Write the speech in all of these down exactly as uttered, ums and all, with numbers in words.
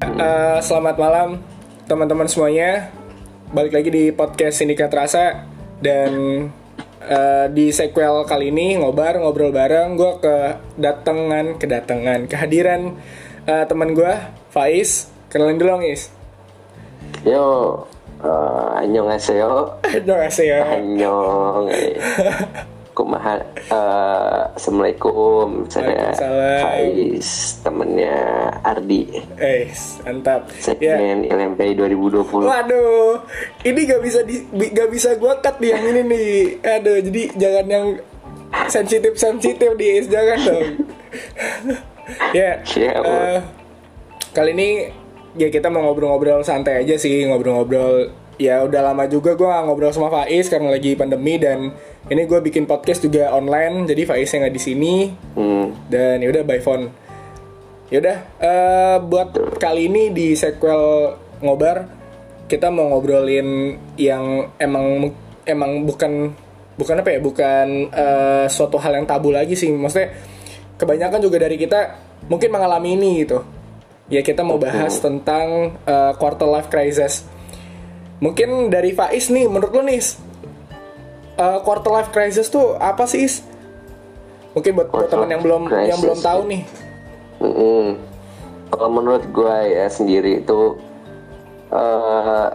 Uh, selamat malam teman-teman semuanya. Balik lagi di podcast Sindikat Rasa. Dan uh, di sequel kali ini ngobar ngobrol bareng. Gue kedatangan kedatangan kehadiran uh, teman gue Faiz. Kenalin dulu dong, Is. Yo, uh, annyeonghaseyo. Annyeonghaseyo. Annyeong. Kumaha. Uh, Assalamualaikum. Saya Faiz, temennya Ardi. Eh, mantap. Segmen ya. L M P dua ribu dua puluh. Waduh, ini gak bisa di, gak bisa gue cut di yang ini nih. Aduh, jadi jangan yang sensitif-sensitif di Is, jangan dong. Ya, yeah, uh, kali ini ya kita mau ngobrol-ngobrol santai aja sih, ngobrol-ngobrol. Ya udah lama juga gue gak ngobrol sama Faiz karena lagi pandemi, dan ini gue bikin podcast juga online, jadi Faiznya nggak di sini. Hmm. Dan ya udah by phone. Ya udah, uh, buat kali ini di sequel ngobar kita mau ngobrolin yang emang emang bukan bukan apa ya, bukan uh, suatu hal yang tabu lagi sih. Maksudnya kebanyakan juga dari kita mungkin mengalami ini gitu. Ya kita mau bahas hmm. tentang uh, quarter life crisis. Mungkin dari Faiz nih, menurut lo nih, uh, quarter life crisis tuh apa sih, Is? Mungkin buat, buat teman yang belum crisis, yang belum tahu nih. Mm-hmm. Kalau menurut gue ya sendiri itu uh,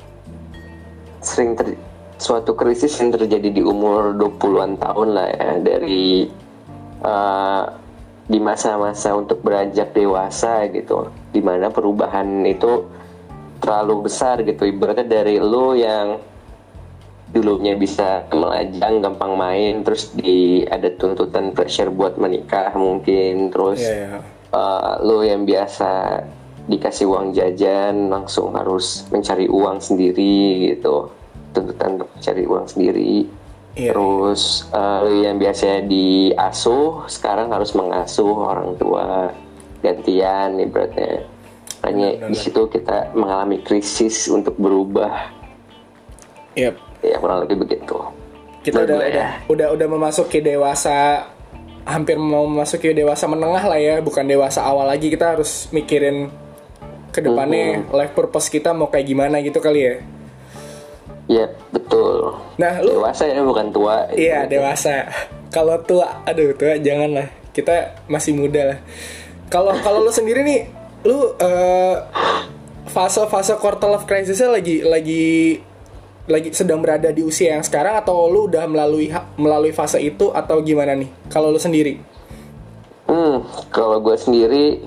sering ter- suatu krisis yang terjadi di umur dua puluhan tahun lah ya, dari uh, di masa-masa untuk beranjak dewasa gitu, dimana perubahan itu terlalu besar gitu. Ibaratnya dari lu yang dulunya bisa melajang, gampang main, terus di ada tuntutan pressure buat menikah mungkin, terus yeah, yeah. Uh, lu yang biasa dikasih uang jajan langsung harus mencari uang sendiri gitu, tuntutan untuk mencari uang sendiri. Yeah. Terus uh, lu yang biasanya diasuh sekarang harus mengasuh orang tua gantian ibaratnya. Hanya di situ kita mengalami krisis untuk berubah. Yep. Ya kurang lebih begitu. Kita udah, ya. udah udah memasuki dewasa, hampir mau memasuki dewasa menengah lah ya, bukan dewasa awal lagi. Kita harus mikirin ke depannya, mm-hmm. life purpose kita mau kayak gimana gitu kali ya. Iya, betul. Nah, lu dewasa ya, bukan tua. Iya, gitu. Dewasa. Kalau tua, aduh tua janganlah. Kita masih muda lah. Kalau kalau lu sendiri nih, lu uh, fase-fase quarter life crisisnya lagi lagi lagi sedang berada di usia yang sekarang, atau lu udah melalui melalui fase itu, atau gimana nih kalau lu sendiri? Hmm, kalau gue sendiri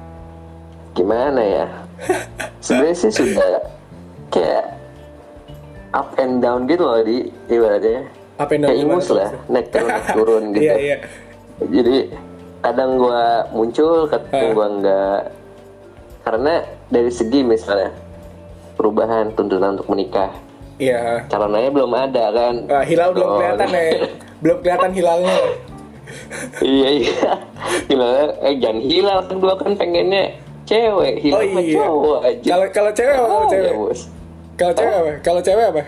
gimana ya? Sebenarnya sih sudah kayak up and down gitu loh, di ibaratnya. Up and down kayak imus lah, naik turun naik turun gitu. Iya, iya. Jadi kadang gue muncul, kadang gue enggak. Karena dari segi misalnya perubahan tuntutan untuk menikah, iya. calonnya belum ada kan. Wah, hilal belum oh, kelihatan ya. Belum kelihatan hilalnya. Iya iya. Hilalnya, eh jangan hilal kan, gua kan pengennya cewek, hilal oh, iya. cowok aja. Kalau kalau cewek apa? Kalau cewek? Ya, kalau cewek apa? Kalau cewek apa?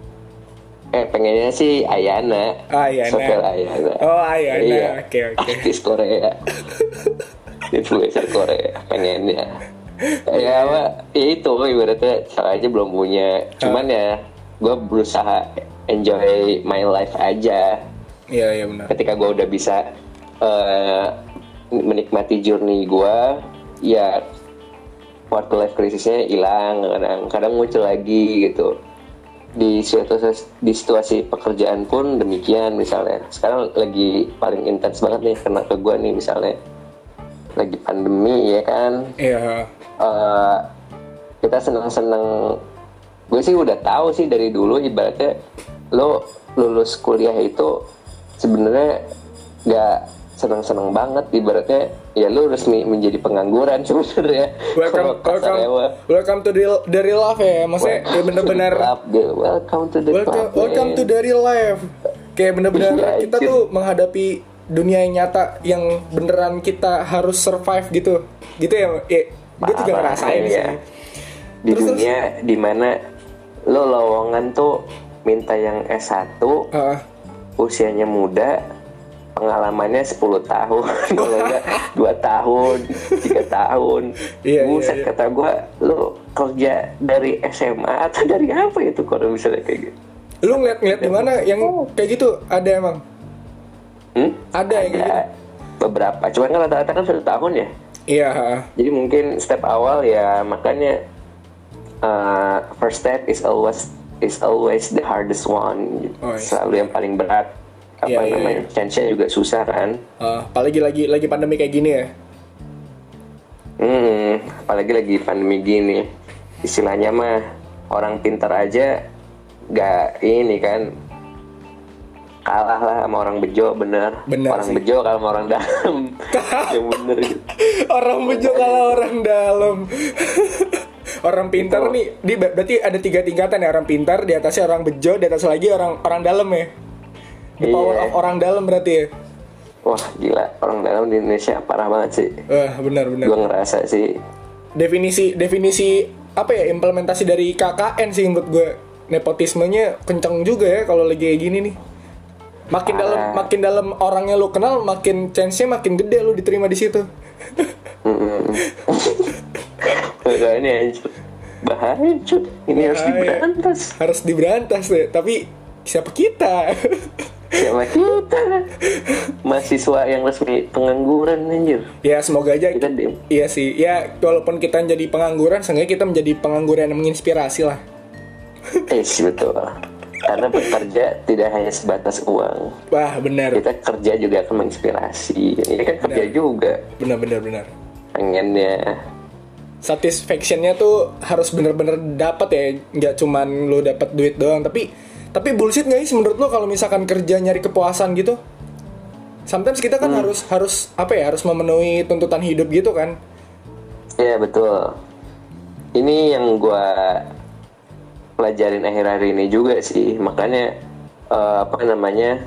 Eh pengennya sih Ayana. Oh, Ayana. Sofel Ayana. Oh, Ayana. Iya. Oke, oke. Artis Korea. Influencer Korea pengennya. Ya apa? Ya itu ibaratnya saya aja belum punya. Cuman uh. ya gue berusaha enjoy my life aja. Iya iya benar. Ketika gue udah bisa uh, menikmati journey gue, ya quarter life crisisnya hilang. Kadang kadang muncul lagi gitu. Di situasi di situasi pekerjaan pun demikian misalnya. Sekarang lagi paling intens banget nih kena ke gue nih misalnya. Lagi pandemi ya kan. Iya. Uh, kita senang-senang. Gue sih udah tahu sih dari dulu ibaratnya lo lulus kuliah itu sebenarnya nggak senang-senang banget, ibaratnya ya lo resmi menjadi pengangguran sebenarnya. Welcome, welcome, welcome to the, the real life ya, maksudnya ya bener-bener welcome to the welcome, club, welcome to the real life. Kayak bener-bener iya, kita tuh menghadapi dunia yang nyata yang beneran kita harus survive gitu, gitu ya. Ya gue juga ngerasain ya. sih. Di terus, dunia terus, dimana lo lowongan tuh minta yang S satu, uh. usianya muda, pengalamannya sepuluh tahun, kalau enggak dua tahun, tiga tahun. Iya, Buset, iya, iya. Kata gue, lu kerja dari S M A atau dari apa itu kalau misalnya kayak gitu? Lu ngeliat-ngeliat di mana yang kayak gitu? Ada emang? Hmm? Ada, ada yang kayak gitu? Beberapa, cuman kan rata-rata kan satu tahun ya. Iya. Jadi mungkin step awal ya, makanya uh, first step is always is always the hardest one. Oh, selalu yang paling berat. Apa yeah, namanya? Yeah, yeah. Chance-nya juga susah kan. Uh, apalagi lagi lagi pandemi kayak gini ya. Hmm, apalagi lagi pandemi gini. Istilahnya mah orang pintar aja gak ini kan, kalah lah sama orang bejo, bener. bener orang sih. bejo kalah sama orang dalam. Yang bener gitu. Orang bejo kalah orang dalam. Orang pintar gitu. Nih, di, berarti ada tiga tingkatan ya, orang pintar, di atasnya orang bejo, di atas lagi orang orang dalam ya. The power iya. of orang dalam berarti ya. Wah gila, orang dalam di Indonesia parah banget sih. Wah benar-benar. Gue ngerasa sih. Definisi definisi apa ya, implementasi dari K K N sih menurut gue. Nepotismenya kenceng juga ya kalau lagi kayak gini nih. Makin parah. dalam makin dalam orangnya lu kenal, makin chance-nya makin gede lu diterima di situ. Makanya bahaya cuy. Ini bahaya. Harus diberantas. Harus diberantas ya. Tapi siapa kita? Siapa kita? Mahasiswa yang resmi pengangguran anjir. Ya semoga aja kita dem. Iya sih. Ya walaupun kita jadi pengangguran, seenggaknya kita menjadi pengangguran yang menginspirasi lah. Eh betul. Karena bekerja tidak hanya sebatas uang. Wah benar. Kita kerja juga akan menginspirasi. Ini kan kerja benar. juga. Benar benar benar. Pengennya satisfaction-nya tuh harus benar-benar dapat ya, nggak cuman lo dapat duit doang. Tapi tapi bullshit nggak sih menurut lo kalau misalkan kerja nyari kepuasan gitu? Sometimes kita kan hmm. harus harus apa ya, harus memenuhi tuntutan hidup gitu kan? Iya betul. Ini yang gue pelajarin akhir-akhir ini juga sih, makanya uh, apa namanya,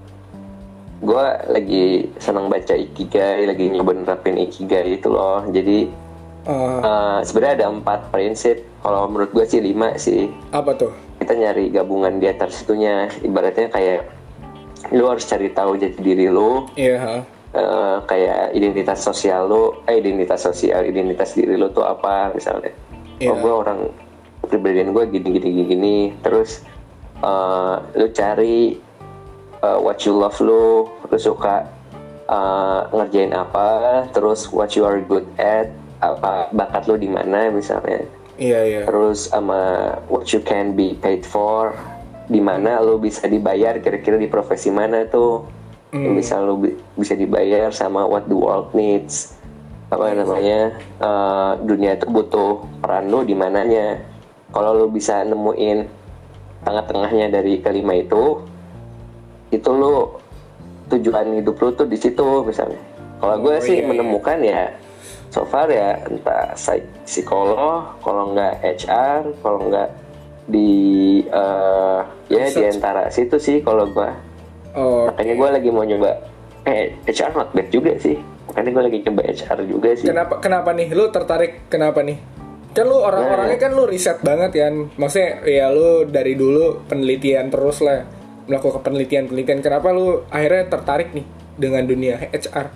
gue lagi senang baca Ikigai, lagi nyoba nerapin Ikigai itu loh. Jadi uh. Uh, sebenarnya ada empat prinsip, kalau menurut gue sih lima sih. Apa tuh? Kita nyari gabungan di atas situnya, ibaratnya kayak lu harus cari tahu jati diri lu. Iya. Yeah. Uh, kayak identitas sosial lu, eh identitas sosial, identitas diri lu tuh apa misalnya? Yeah. Oh gue orang, kepribadian gue gini gini gini gini. Terus uh, lu cari uh, what you love lu, lu suka uh, ngerjain apa, terus what you are good at, apa bakat lu di mana misalnya. Iya yeah, iya. Yeah. Terus sama what you can be paid for, di mana lu bisa dibayar, kira-kira di profesi mana tuh. Hmm. Misal lu bi- bisa dibayar, sama what the world needs, apa namanya, uh, dunia itu butuh peran lu di mananya. Kalau lu bisa nemuin tengah-tengahnya dari kelima itu, itu lu tujuan hidup lu tuh di situ misalnya. Kalau gue oh, sih iya, menemukan iya. ya, so far ya entah psikolog, kalau nggak H R, kalau nggak di uh, ya di antara situ sih kalau gue. Oh, makanya gue lagi mau nyoba eh H R not bad juga sih. Makanya gue lagi coba H R juga sih. Kenapa kenapa nih lu tertarik, kenapa nih? Kan lu orang-orangnya kan lu riset banget kan. Maksudnya ya lu dari dulu penelitian terus lah, melakukan penelitian-penelitian. Kenapa lu akhirnya tertarik nih dengan dunia H R?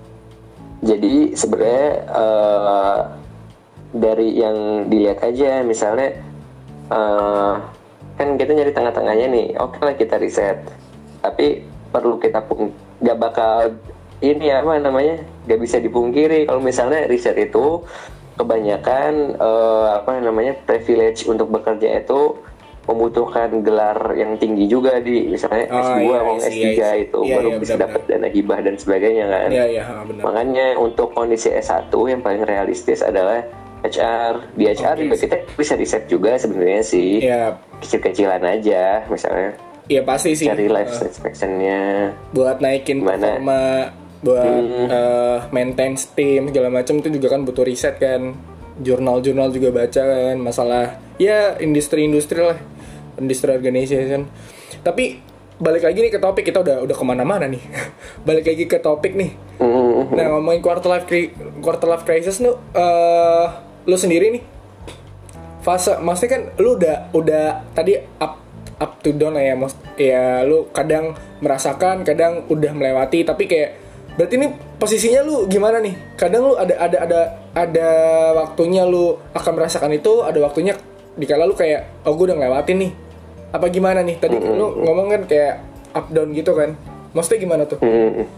Jadi sebenarnya uh, dari yang dilihat aja, misalnya uh, kan kita nyari tengah-tengahnya nih. Oke lah kita riset, tapi perlu kita pun gak bakal ini apa namanya, gak bisa dipungkiri kalau misalnya riset itu kebanyakan uh, apa namanya privilege untuk bekerja itu membutuhkan gelar yang tinggi juga di misalnya oh, S dua iya, maupun S tiga iya, itu iya, baru iya, bisa dapat dana hibah dan sebagainya kan. Iya, iya, benar. Makanya untuk kondisi S satu yang paling realistis adalah H R. Di H R okay. juga kita bisa riset juga sebenarnya sih. Iya. Kecil-kecilan aja misalnya. Iya pasti sih. Cari life satisfaction-nya. Buat naikin performa, buat hmm. uh, maintain tim segala macam itu juga kan butuh riset kan. Jurnal-jurnal juga baca kan, masalah ya industri-industri lah, industri organization. Tapi balik lagi nih ke topik, kita udah udah kemana-mana nih. Balik lagi ke topik nih. Mm-hmm. Nah ngomongin quarter life cri- quarter life crisis nu, uh, lu sendiri nih fase, maksudnya kan lu udah udah tadi up, up to down lah ya, Mas. Ya lu kadang merasakan, kadang udah melewati, tapi kayak berarti ini posisinya lu gimana nih? Kadang lu ada ada ada ada waktunya lu akan merasakan itu, ada waktunya dikala lu kayak oh gue udah ngelewatin nih. Apa gimana nih? Tadi mm-hmm. lu ngomong kan kayak up down gitu kan. Maksudnya gimana tuh? Mm-hmm.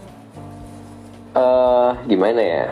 Uh, gimana ya?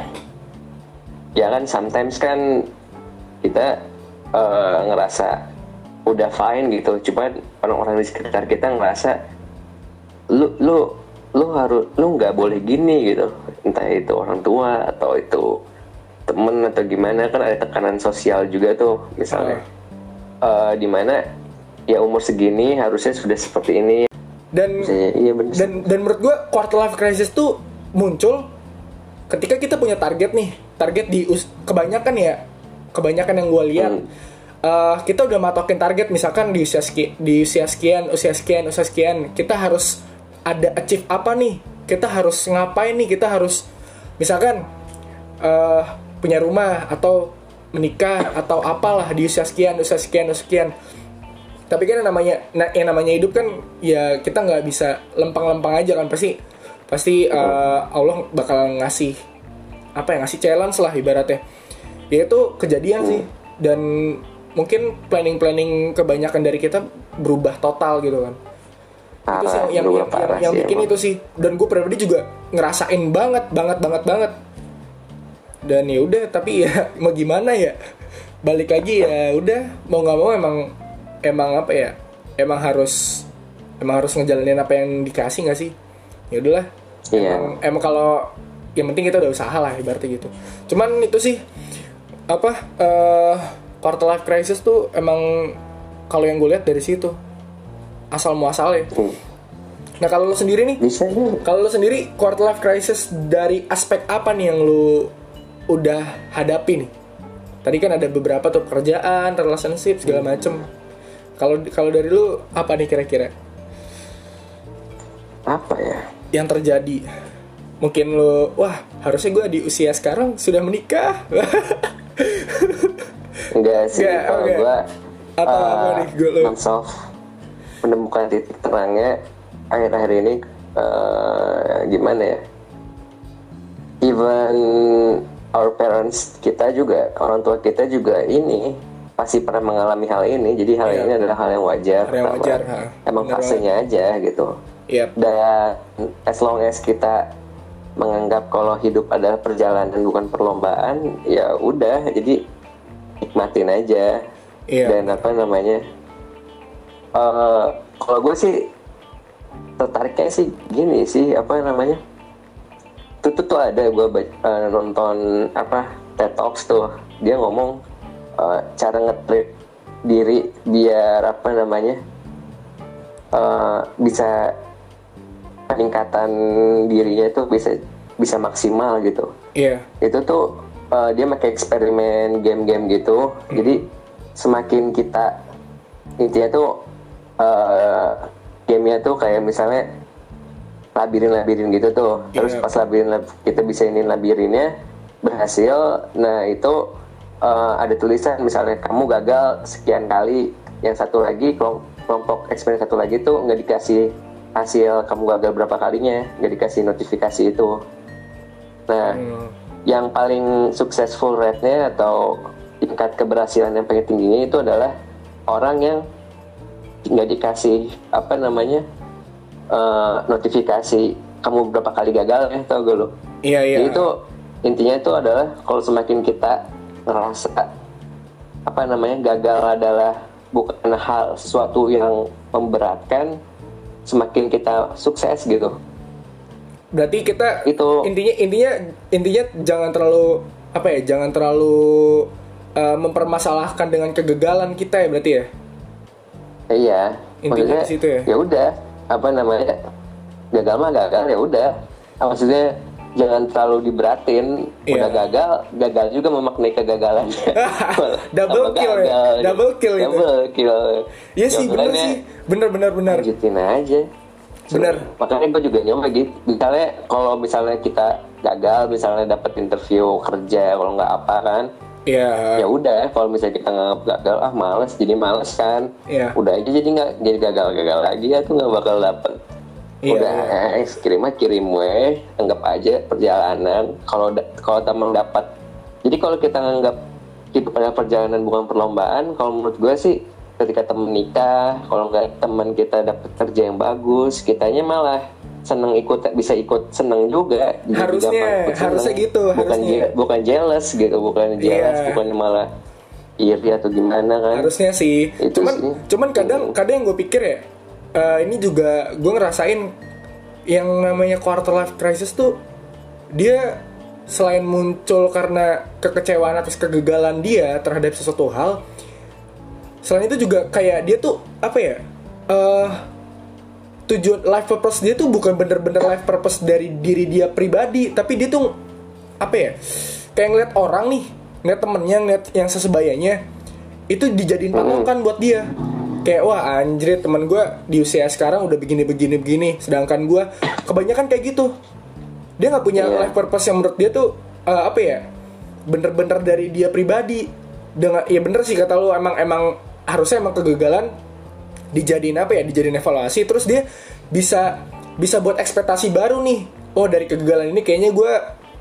Ya kan sometimes kan kita uh, ngerasa udah fine gitu, cuma orang-orang di sekitar kita ngerasa lu lu lu harus lu nggak boleh gini gitu, entah itu orang tua atau itu temen atau gimana, kan ada tekanan sosial juga tuh misalnya uh. Uh, dimana ya umur segini harusnya sudah seperti ini dan misalnya, iya dan dan menurut gue quarter life crisis tuh muncul ketika kita punya target nih, target di us- kebanyakan ya kebanyakan yang gue lihat hmm. uh, kita udah matokin target misalkan di usia sekian, di usia sekian, usia sekian, usia sekian kita harus ada achieve apa nih, kita harus ngapain nih, kita harus misalkan uh, punya rumah atau menikah atau apalah di usia sekian, usia sekian, usia sekian. Tapi kan yang namanya nah, yang namanya hidup kan ya kita nggak bisa lempang-lempang aja kan, pasti pasti uh, Allah bakal ngasih apa ya, ngasih challenge lah ibaratnya. Ya itu kejadian sih, dan mungkin planning-planning kebanyakan dari kita berubah total gitu kan. Itu sih yang yang, yang, yang bikin emang. Itu sih, dan gue pribadi juga ngerasain banget banget banget banget. Dan ya udah, tapi ya mau gimana ya, balik lagi ya udah, mau nggak mau emang emang apa ya, emang harus emang harus ngejalanin apa yang dikasih nggak sih. Ya udahlah, yeah. emang, emang kalau yang penting kita udah usaha lah ibaratnya gitu. Cuman itu sih apa uh, quarter life crisis tuh emang kalau yang gue lihat dari situ asal muasalnya. Hmm. Nah kalau lo sendiri nih, kalau lo sendiri quarter life crisis dari aspek apa nih yang lo udah hadapi nih? Tadi kan ada beberapa tuh, pekerjaan, relationship segala macem. Kalau kalau dari lo apa nih kira-kira? Apa ya? Yang terjadi? Mungkin lo, wah harusnya gue di usia sekarang sudah menikah. Enggak sih, kalau okay. gue atau uh, apa nih gue lo menemukan titik terangnya akhir-akhir ini uh, gimana ya, even our parents kita juga, orang tua kita juga ini pasti pernah mengalami hal ini, jadi hal yeah. ini adalah hal yang wajar, hal yang wajar ha. Emang bener fasenya banget. Aja gitu yep. Dan as long as kita menganggap kalau hidup adalah perjalanan bukan perlombaan, ya udah, jadi nikmatin aja. Yeah. Dan apa namanya, uh, kalau gue sih tertariknya sih gini sih, apa namanya, tuh tuh, tuh ada gue uh, nonton apa TED Talks tuh, dia ngomong uh, cara nge-treat diri biar apa namanya uh, bisa peningkatan dirinya itu bisa bisa maksimal gitu. Iya. Yeah. Itu tuh uh, dia pakai eksperimen game-game gitu. Hmm. Jadi semakin kita intinya tuh uh, gamenya tuh kayak misalnya labirin-labirin gitu tuh. Terus yeah. pas labirin kita bisa ini labirinnya berhasil. Nah itu uh, ada tulisan misalnya kamu gagal sekian kali. Yang satu lagi kelompok eksperimen satu lagi tuh nggak dikasih hasil kamu gagal berapa kalinya, nggak dikasih notifikasi itu. Nah, hmm. yang paling successful rate-nya atau tingkat keberhasilan yang paling tingginya itu adalah orang yang nggak dikasih apa namanya uh, notifikasi kamu berapa kali gagal ya, tau gak lo? Iya iya. Jadi itu intinya itu adalah kalau semakin kita ngerasa apa namanya gagal adalah bukan hal sesuatu yang memberatkan, semakin kita sukses gitu. Berarti kita itu intinya intinya intinya jangan terlalu apa ya, jangan terlalu uh, mempermasalahkan dengan kegagalan kita ya berarti ya. Iya. Intinya di situ ya. Ya udah, apa namanya, gagal mah gagal ya udah. Maksudnya jangan terlalu diberatin. Udah yeah. gagal, gagal juga memaknai kegagalannya. Double kill ya. Double kill itu. Double kill. Iya sih, bener sih. Bener bener bener. Lanjutin aja. Bener. Makanya gue juga nyoba gitu. Misalnya kalau misalnya kita gagal, misalnya dapat interview kerja, kalau nggak apa kan, Iya. Ya udah, kalau misalnya kita nganggap gagal, ah males, jadi males kan. Iya. Udah aja jadi nggak jadi gagal-gagal lagi ya tuh nggak bakal dapet. Iya, Udah iya. eh, kirim aja kirim weh, anggap aja perjalanan. Kalau da- kalau teman dapat, jadi kalau kita nganggap hidup adalah perjalanan bukan perlombaan, kalau menurut gue sih ketika temen nikah, kalau nggak teman kita dapat kerja yang bagus, kitanya malah seneng ikut, bisa ikut seneng juga. Jadi Harusnya, gampang ikut seneng. harusnya gitu, bukan harusnya. je- bukan jealous gitu, bukan jealous, Iya. bukan malah iri atau gimana kan. Harusnya sih. Itu Cuman sih. cuman kadang kadang yang gue pikir ya, eh, ini juga gue ngerasain yang namanya quarter life crisis tuh, dia selain muncul karena kekecewaan atas kegagalan dia terhadap sesuatu hal, selain itu juga kayak dia tuh apa ya, eh tujuan life purpose dia tuh bukan bener-bener life purpose dari diri dia pribadi, tapi dia tuh apa ya, kayak ngeliat orang nih, ngeliat temennya, ngeliat yang sesebayanya itu dijadiin patokan buat dia. Kayak wah anjir, teman gue di usia sekarang udah begini-begini begini, sedangkan gue kebanyakan kayak gitu. Dia nggak punya Iya. life purpose yang menurut dia tuh eh, apa ya, bener-bener dari dia pribadi. Dengan ya bener sih kata lu, emang emang harusnya emang kegagalan dijadiin apa ya, dijadiin evaluasi, terus dia bisa bisa buat ekspektasi baru nih. Oh dari kegagalan ini kayaknya gue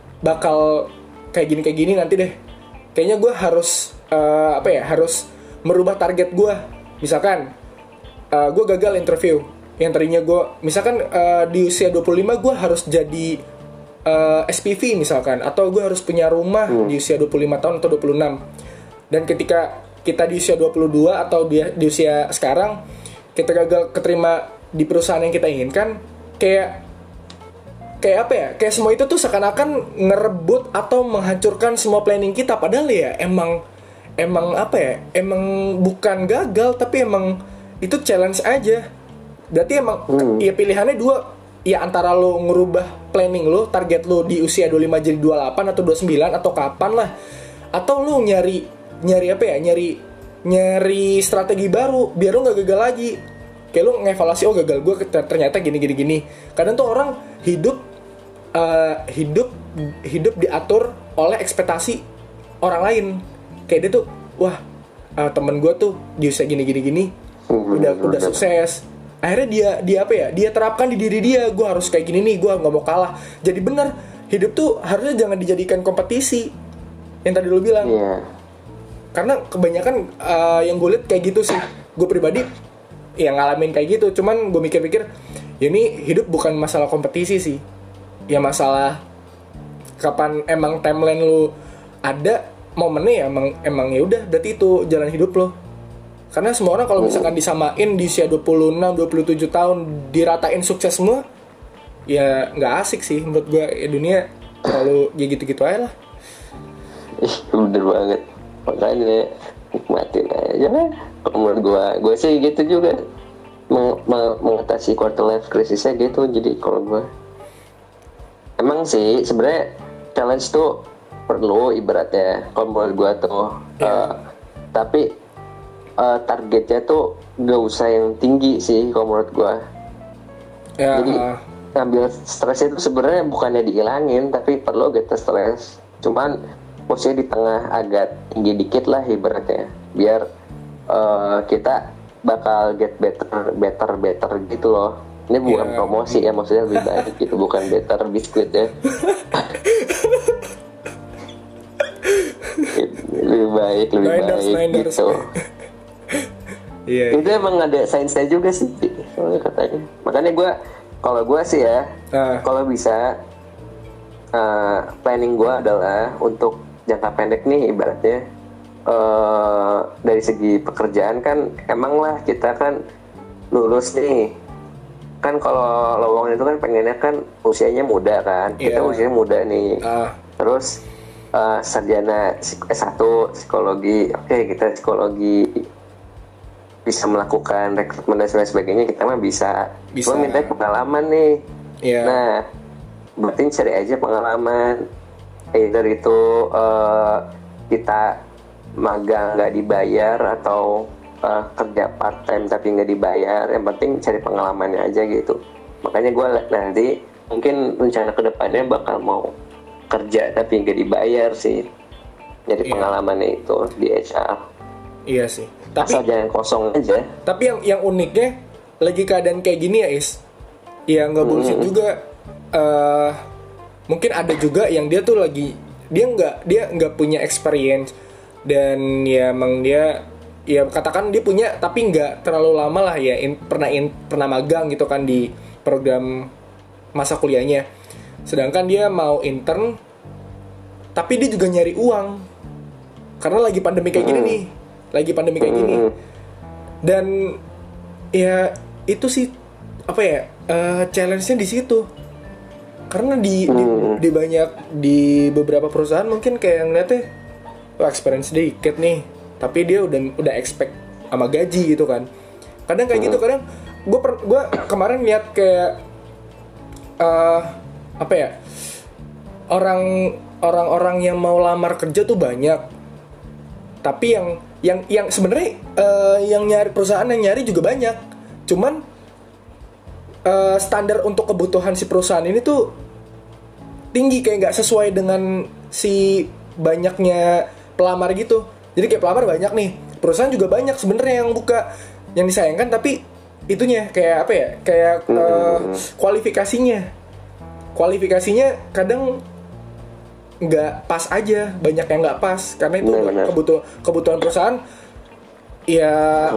bakal kayak gini kayak gini nanti deh. Kayaknya gue harus eh, apa ya, harus merubah target gue. Misalkan uh, gue gagal interview yang tadinya gue misalkan uh, di usia dua puluh lima gue harus jadi uh, S P V misalkan, atau gue harus punya rumah Hmm. di usia dua puluh lima tahun atau dua puluh enam. Dan ketika kita di usia dua puluh dua atau di, di usia sekarang kita gagal keterima di perusahaan yang kita inginkan, kayak kayak apa ya, kayak semua itu tuh seakan-akan ngerebut atau menghancurkan semua planning kita. Padahal ya emang emang apa ya, emang bukan gagal, tapi emang itu challenge aja. Berarti emang Hmm. ya pilihannya dua, ya antara lo ngerubah planning lo, target lo di usia dua puluh lima jadi dua puluh delapan atau dua puluh sembilan atau kapan lah, atau lo nyari nyari apa ya, nyari nyari strategi baru biar lo nggak gagal lagi. Kayak lo ngevaluasi, oh gagal gue ternyata gini gini gini. Kadang tuh orang hidup eh, hidup hidup diatur oleh ekspektasi orang lain. Kayak dia tuh, wah eh, temen gue tuh di usia gini gini gini udah udah sukses. Akhirnya dia dia apa ya, dia terapkan di diri dia, gue harus kayak gini nih, gue nggak mau kalah. Jadi benar, hidup tuh harusnya jangan dijadikan kompetisi yang tadi lo bilang. Iya. Karena kebanyakan uh, yang gue liat kayak gitu sih. Gue pribadi ya ngalamin kayak gitu. Cuman gue mikir-mikir, ya ini hidup bukan masalah kompetisi sih, ya masalah kapan emang timeline lu ada momennya, ya emang emang ya udah berarti itu jalan hidup lo. Karena semua orang kalau misalkan disamain di usia dua puluh enam, dua puluh tujuh tahun diratain sukses semua, ya nggak asik sih menurut gue. Ya dunia terlalu ya gitu-gitu aja lah. Ih, bener banget. Makanya nikmatin aja. Kalau menurut gue, gue sih gitu juga. Meng- meng- mengatasi quarter life crisisnya gitu. Jadi kalau gue, emang sih sebenarnya challenge tuh perlu ibaratnya. Kalau menurut gue tuh, Ya. uh, tapi uh, targetnya tuh gak usah yang tinggi sih kalau menurut gue. Ya, Jadi uh, ngambil stres itu sebenarnya bukannya dihilangin, tapi perlu kita stres. Cuman posisinya di tengah agak tinggi dikit lah ibaratnya, biar uh, kita bakal get better, better, better gitu loh. Ini bukan Yeah. promosi ya, maksudnya lebih baik gitu, bukan better biskuit ya. Lebih baik, lebih Niners, baik Niners. gitu. iya. Itu emang ada sainsnya juga sih, soalnya katanya. Makanya gue, kalau gue sih ya, Ah. kalau bisa uh, planning gue adalah untuk jangka pendek nih ibaratnya, uh, dari segi pekerjaan kan emang lah kita kan lulus nih, kan kalau lowongan itu kan pengennya kan usianya muda kan, kita Iya. usianya muda nih, Ah. terus uh, sarjana S satu psikologi, oke kita psikologi bisa melakukan rekrutmen dan sebagainya, kita mah bisa, Bisa. cuma minta pengalaman nih. Iya. Nah, berarti cari aja pengalaman. Either itu uh, kita magang nggak dibayar atau uh, kerja part time tapi nggak dibayar. Yang penting cari pengalamannya aja gitu. Makanya gue nanti mungkin rencana kedepannya bakal mau kerja tapi nggak dibayar sih. Jadi iya. pengalamannya itu di H R. Iya sih. Tapi asal jangan kosong aja. Tapi yang yang uniknya lagi keadaan kayak gini ya Is, ya nggak bullshit hmm. juga. Uh, mungkin ada juga yang dia tuh lagi dia nggak dia nggak punya experience dan ya emang dia ya katakan dia punya tapi nggak terlalu lama lah ya in, pernah in, pernah magang gitu kan di program masa kuliahnya. Sedangkan dia mau intern tapi dia juga nyari uang karena lagi pandemi kayak gini nih, lagi pandemi kayak gini. Dan ya itu sih apa ya uh, challenge-nya di situ. Karena di, di di banyak di beberapa perusahaan mungkin kayak ngeliatnya oh, experience dikit nih, tapi dia udah udah expect sama gaji gitu kan. Kadang kayak gitu, kadang gue gue kemarin lihat kayak uh, apa ya orang orang-orang yang mau lamar kerja tuh banyak, tapi yang yang yang sebenarnya uh, yang nyari perusahaan yang nyari juga banyak, cuman uh, standar untuk kebutuhan si perusahaan ini tuh tinggi, kayak nggak sesuai dengan si banyaknya pelamar gitu. Jadi kayak pelamar banyak nih, perusahaan juga banyak sebenarnya yang buka. Yang disayangkan tapi itunya kayak apa ya kayak uh, kualifikasinya kualifikasinya kadang nggak pas aja, banyak yang nggak pas karena itu kebutuhan kebutuhan perusahaan ya.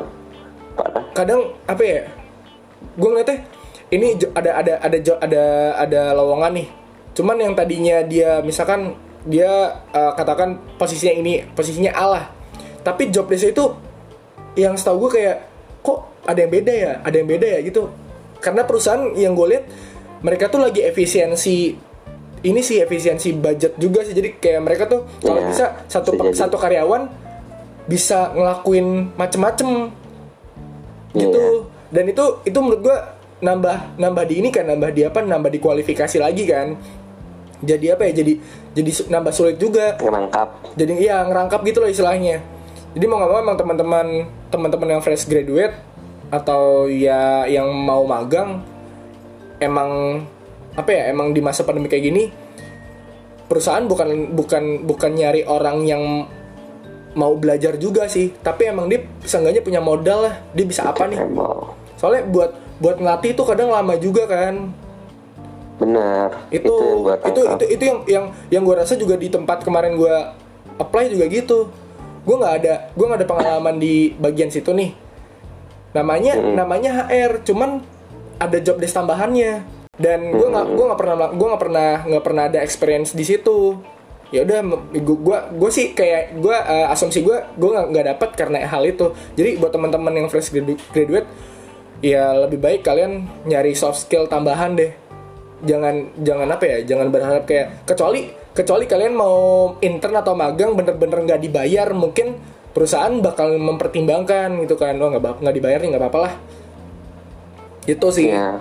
Kadang apa ya, gue ngeliatnya ini ada ada ada ada ada lowongan nih, cuman yang tadinya dia misalkan dia uh, katakan posisinya ini posisinya A lah, tapi job desk itu yang setahu gue kayak kok ada yang beda ya ada yang beda ya gitu. Karena perusahaan yang gue lihat mereka tuh lagi efisiensi ini sih, efisiensi budget juga sih. Jadi kayak mereka tuh kalau yeah, bisa satu per, satu karyawan bisa ngelakuin macem-macem gitu. Yeah. Dan itu itu menurut gue nambah nambah di ini kan, nambah di apa nambah di kualifikasi lagi kan. Jadi apa ya, jadi jadi nambah sulit juga ngerangkap. Jadi iya ngerangkap gitu loh istilahnya. Jadi mau nggak mau emang teman-teman teman-teman yang fresh graduate atau ya yang mau magang emang apa ya emang di masa pandemi kayak gini perusahaan bukan bukan bukan nyari orang yang mau belajar juga sih, tapi emang dia seenggaknya punya modal lah, dia bisa apa nih. Soalnya buat buat ngelatih itu kadang lama juga kan. Benar. Itu itu itu, itu itu yang yang yang gue rasa juga di tempat kemarin gue apply juga gitu. Gue nggak ada gue nggak ada pengalaman di bagian situ nih. Namanya hmm. namanya H R, cuman ada job desk tambahannya. Dan gue nggak gue nggak pernah gue nggak pernah nggak pernah ada experience di situ. Ya udah gue gue sih kayak gue uh, asumsi gue gue nggak nggak dapat karena hal itu. Jadi buat teman-teman yang fresh graduate ya lebih baik kalian nyari soft skill tambahan deh. Jangan jangan apa ya jangan berharap kayak kecuali kecuali kalian mau intern atau magang bener-bener nggak dibayar, mungkin perusahaan bakal mempertimbangkan gitu kan. Oh nggak nggak dibayar nih nggak apa-apa lah. Itu sih. Ya.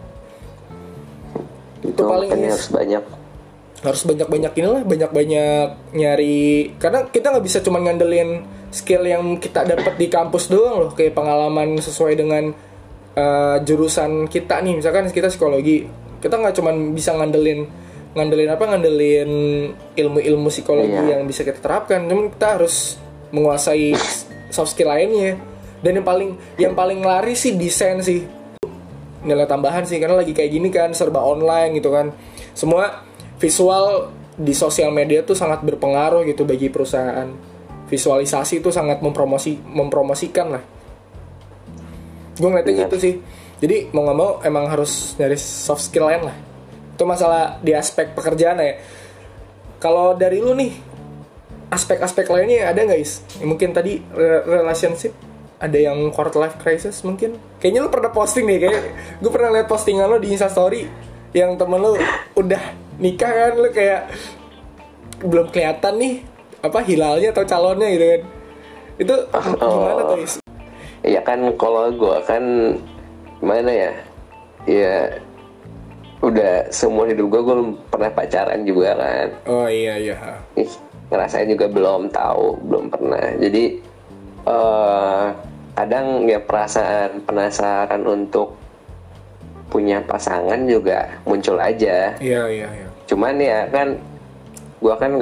Itu, itu paling harus banyak harus banyak-banyak inilah banyak-banyak nyari, karena kita nggak bisa cuma ngandelin skill yang kita dapat di kampus doang loh, kayak pengalaman sesuai dengan uh, jurusan kita nih. Misalkan kita psikologi, kita nggak cuma bisa ngandelin ngandelin apa ngandelin ilmu-ilmu psikologi iya. yang bisa kita terapkan, namun kita harus menguasai soft skill lainnya. Dan yang paling yang paling lari sih desain sih, nilai tambahan sih, karena lagi kayak gini kan serba online gitu kan, semua visual di sosial media tuh sangat berpengaruh gitu bagi perusahaan. Visualisasi itu sangat mempromosi mempromosikan lah. Gue ngeliatnya gitu sih. Jadi mau nggak mau emang harus nyari soft skill lain lah. Itu masalah di aspek pekerjaan ya. Kalau dari lu nih, aspek-aspek lainnya ada nggak Is? Mungkin tadi relationship, ada yang quarter life crisis mungkin. Kayaknya lu pernah posting nih, kayak gue pernah lihat postingan lu di Instastory yang temen lu udah nikah kan, lu kayak belum kelihatan nih apa hilalnya atau calonnya gitu kan. Itu gimana tuh Is? Iya kan, kalau gue kan gimana ya, ya udah semua hidup gue gue pernah pacaran juga kan. Oh iya iya. Ih, ngerasain juga belum tahu, belum pernah. Jadi uh, kadang ya perasaan penasaran untuk punya pasangan juga muncul aja. Iya iya iya. Cuman ya kan gue kan nggak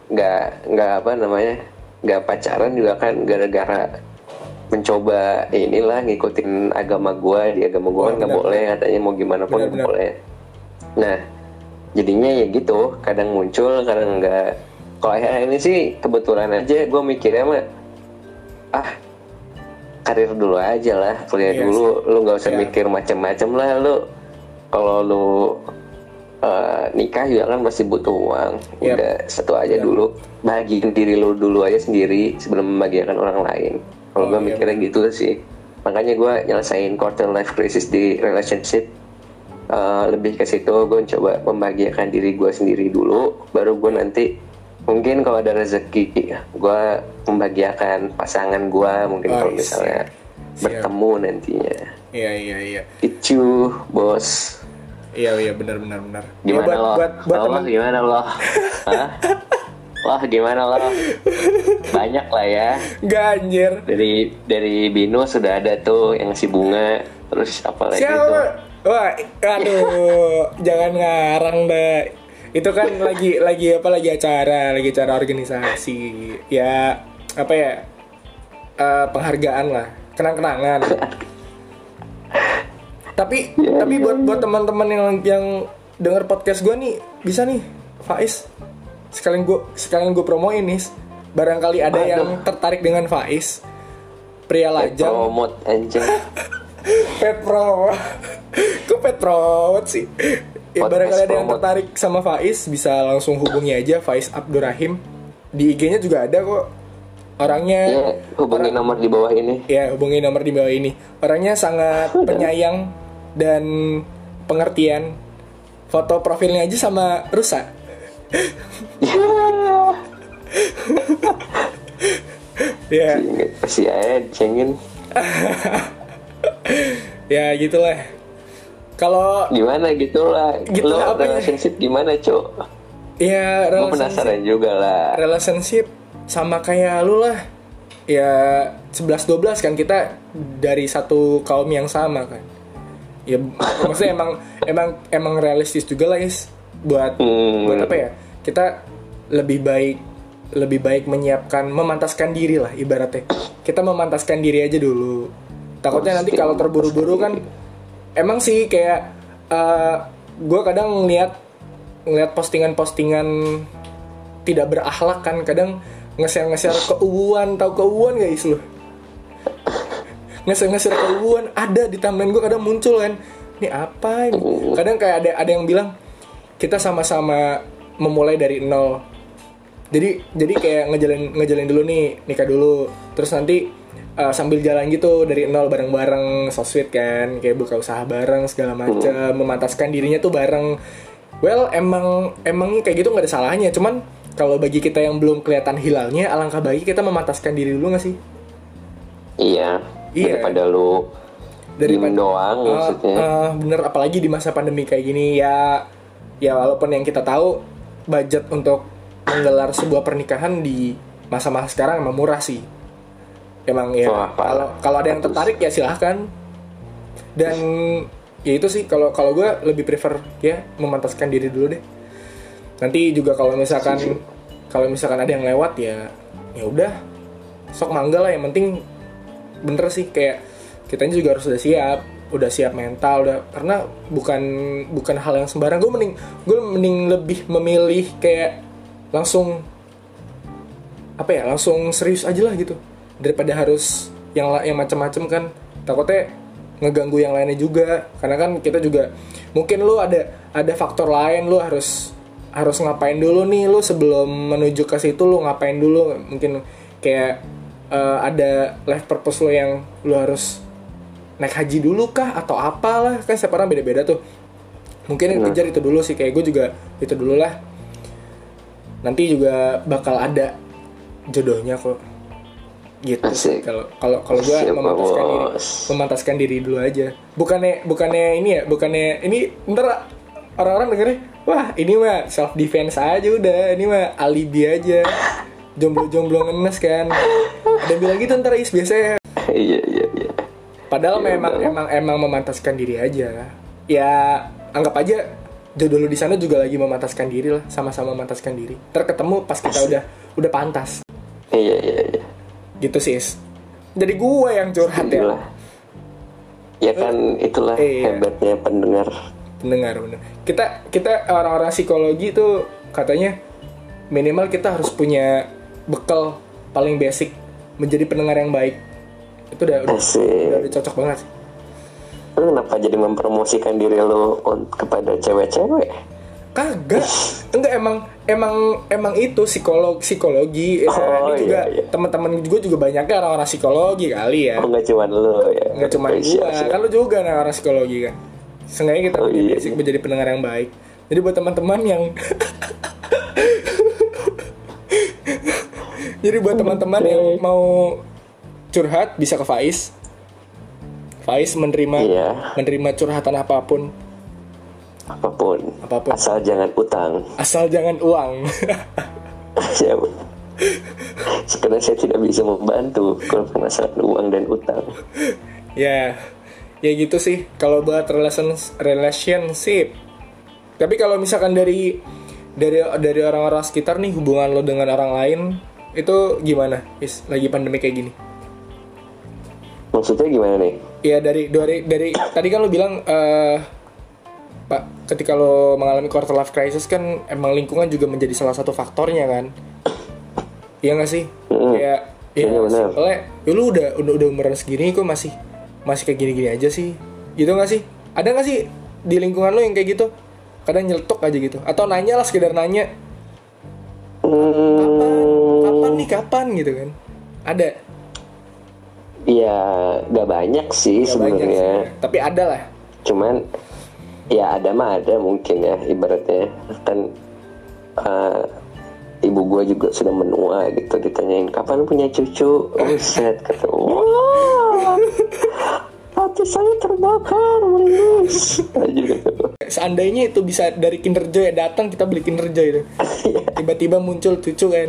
nggak nggak apa namanya nggak pacaran juga kan gara-gara mencoba inilah ngikutin agama gue. Di agama gue kan nggak boleh katanya, mau gimana pun nggak boleh. Nah jadinya ya gitu, kadang muncul kadang enggak. Kalau akhir ini sih kebetulan aja gue mikirnya mah ah karir dulu aja lah, kuliah yes. dulu, lu nggak usah yeah. mikir macam-macam lah. Lu kalau lu uh, nikah juga kan masih butuh uang, yep. udah satu aja yep. dulu, bahagiin diri lu dulu aja sendiri sebelum membahagiakan orang lain. Kalau oh, gue iya. mikirnya gitu sih, makanya gue nyelesain quarter life crisis di relationship. Uh, lebih ke situ, gue coba membahagiakan diri gue sendiri dulu, baru gue nanti mungkin kalau ada rezeki gue membahagiakan pasangan gue, mungkin oh, kalau misalnya siap. bertemu siap. nantinya. Iya iya iya. Itu bos. Iya iya benar benar benar. Gimana ya, buat, lo? Buat, buat teman gimana lo? Hah? Wah gimana lo? Banyak lah ya. Ganjir. Dari dari Bino sudah ada tuh yang si bunga, terus apa lagi tuh? Wah, aduh, jangan ngarang deh. Itu kan lagi lagi apa lagi acara, lagi acara organisasi. Ya, apa ya? Uh, penghargaan lah, kenang-kenangan. tapi yeah, tapi yeah, buat yeah. buat teman-teman yang yang denger podcast gue nih, bisa nih, Faiz. Sekalian gue sekalian gue promoin nih. Barangkali ada Aduh. yang tertarik dengan Faiz. Pria lajang. Promote anjing. Pet promote. Kok pet promote sih? Ya, barangkali ada yang tertarik sama Faiz, bisa langsung hubungi aja Faiz Abdurrahim. Di I G-nya juga ada kok. Orangnya ya, hubungi orang, nomor di bawah ini. Ya, hubungi nomor di bawah ini. Orangnya sangat penyayang dan pengertian. Foto profilnya aja sama rusa. Ya. Si aja cengin. Ya gitulah. Kalau gimana gitulah. Gitu lo relationship ya? Gimana, Cok? Ya, relationship. Gue penasaran juga lah. Relationship sama kayak lu lah. Ya sebelas dua belas kan, kita dari satu kaum yang sama kan. Ya maksudnya emang emang emang realistis juga lah, guys. Buat hmm. buat apa ya? Kita lebih baik lebih baik menyiapkan, memantaskan diri lah ibaratnya. Kita memantaskan diri aja dulu. Takutnya nanti kalau terburu-buru kan, emang sih kayak uh, gue kadang ngeliat ngeliat postingan-postingan tidak berakhlak kan, kadang nge-share-nge-share keuuan, tahu keuuan guys lu? Nge-share-nge-share keuuan ada di timeline gue, kadang muncul kan, ini apa ini? Kadang kayak ada ada yang bilang kita sama-sama memulai dari nol. Jadi jadi kayak ngejalin ngejalin dulu nih, nikah dulu, terus nanti Uh, sambil jalan gitu dari nol bareng-bareng, so sweet kan, kayak buka usaha bareng segala macam, memantaskan dirinya tuh bareng. Well, emang emang kayak gitu nggak ada salahnya. Cuman kalau bagi kita yang belum kelihatan hilalnya, alangkah baik kita memantaskan diri dulu nggak sih? Iya. Iya. Daripada lu daripada doang uh, maksudnya. Uh, bener, apalagi di masa pandemi kayak gini ya. Ya walaupun yang kita tahu budget untuk menggelar sebuah pernikahan di masa-masa sekarang emang murah sih. Emang ya, kalau kalau ada yang tertarik ya silahkan. Dan ya itu sih, kalau kalau gue lebih prefer ya memantaskan diri dulu deh. Nanti juga kalau misalkan kalau misalkan ada yang lewat ya ya udah sok mangga lah, yang penting bener sih, kayak kitanya juga harus udah siap, udah siap mental udah, karena bukan bukan hal yang sembarang. Gue mending gue mending lebih memilih kayak langsung apa ya, langsung serius aja lah gitu, daripada harus yang yang macam-macam kan, takutnya ngeganggu yang lainnya juga. Karena kan kita juga mungkin lu ada ada faktor lain, lu harus harus ngapain dulu nih, lu sebelum menuju ke situ lu ngapain dulu, mungkin kayak uh, ada life purpose lu yang lu harus naik haji dulu kah atau apalah, kan setiap orang beda-beda tuh. Mungkin yang kejar itu dulu sih, kayak gue juga itu dulu lah. Nanti juga bakal ada jodohnya kok. Gitu sih, kalau kalau kalau gue memantaskan diri memantaskan diri dulu aja. Bukannya bukannya ini ya, bukannya ini ntar orang-orang dengernya, wah ini mah self defense aja udah, ini mah alibi aja, jomblo-jomblo ngenes kan. Ada bilang gitu ntar is biasanya. Iya iya iya. Padahal ya, memang udah. emang emang memantaskan diri aja. Ya anggap aja jodoh lu di sana juga lagi memataskan diri lah, sama-sama memataskan diri. Terketemu pas kita udah udah pantas. Iya iya iya. Gitu sih. Jadi gue yang curhat ya. Ya kan itulah eh, hebatnya pendengar. Pendengar bener. Kita kita orang-orang psikologi tuh katanya minimal kita harus punya bekal paling basic menjadi pendengar yang baik. Itu udah udah, udah, udah cocok banget sih. Lu kenapa jadi mempromosikan diri lu kepada cewek-cewek? Kagak. Enggak, emang emang emang itu psikolog psikologi. Oh, ini juga iya, iya. teman-teman gue juga banyaknya orang-orang psikologi kali ya. Oh, enggak cuma lu ya. Enggak cuma gue. Kan lu juga nah orang psikologi kan. Seenggaknya kita oh, iya. basic menjadi pendengar yang baik. Jadi buat teman-teman yang Jadi buat teman-teman yang mau curhat bisa ke Faiz. Faiz menerima iya. menerima curhatan apapun. Apapun. Apapun. Asal jangan utang. Asal jangan uang. Ya. Sekarang saya tidak bisa membantu kalau masalah uang dan utang. Ya. Ya gitu sih kalau buat relation relationship. Tapi kalau misalkan dari dari dari orang-orang sekitar nih, hubungan lo dengan orang lain itu gimana? Is, lagi pandemi kayak gini. Maksudnya gimana nih? Ya dari dari dari tadi kan lo bilang uh, Pak, ketika lo mengalami quarter life crisis kan emang lingkungan juga menjadi salah satu faktornya kan? Iya nggak sih? Mm-hmm. Kayak ya simpelnya, ya lu udah udah udah umuran segini kok masih masih kayak gini-gini aja sih, gitu nggak sih? Ada nggak sih di lingkungan lo yang kayak gitu? Kadang nyeletuk aja gitu, atau nanya lah sekedar nanya, kapan, kapan nih kapan gitu kan? Ada? Ya gak banyak sih sebenarnya. Tapi ada lah. Cuman ya ada mah ada mungkin ya, ibaratnya kan uh, ibu gue juga sudah menua gitu, ditanyain kapan punya cucu, buset kata, wah hati saya terbakar meringis aja gitu. Seandainya itu bisa dari Kinder Joy datang, kita beli Kinder Joy itu. Tiba-tiba muncul cucu kan.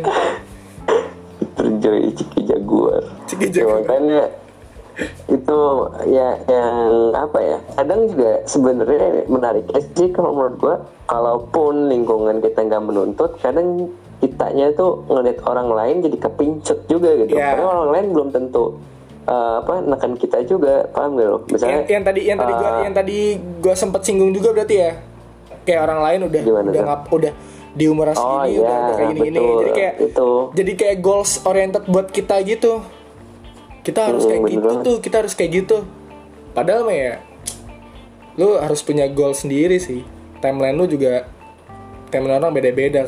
Kinder Joy Ciki Jaguar. Ciki Jaguar. Ya, makanya itu ya yang apa ya, kadang juga sebenarnya menariknya sih kalau menurut gua, kalaupun lingkungan kita nggak menuntut, kadang kitanya tuh ngeliat orang lain jadi kepincut juga gitu. Yeah. Karena orang lain belum tentu uh, apa nekan kita juga, paham gak lo? Misalnya yang, yang tadi yang tadi uh, gua yang tadi gua sempet singgung juga berarti ya, kayak orang lain udah udah ngap, udah di umur segini oh, udah, iya, udah kayak gini-gini, jadi kayak itu. jadi kayak goals oriented buat kita gitu. Kita harus kayak hmm, gitu banget. Tuh, kita harus kayak gitu. Padahal mah ya, lu harus punya goal sendiri sih. Timeline lu juga, timeline orang beda-beda.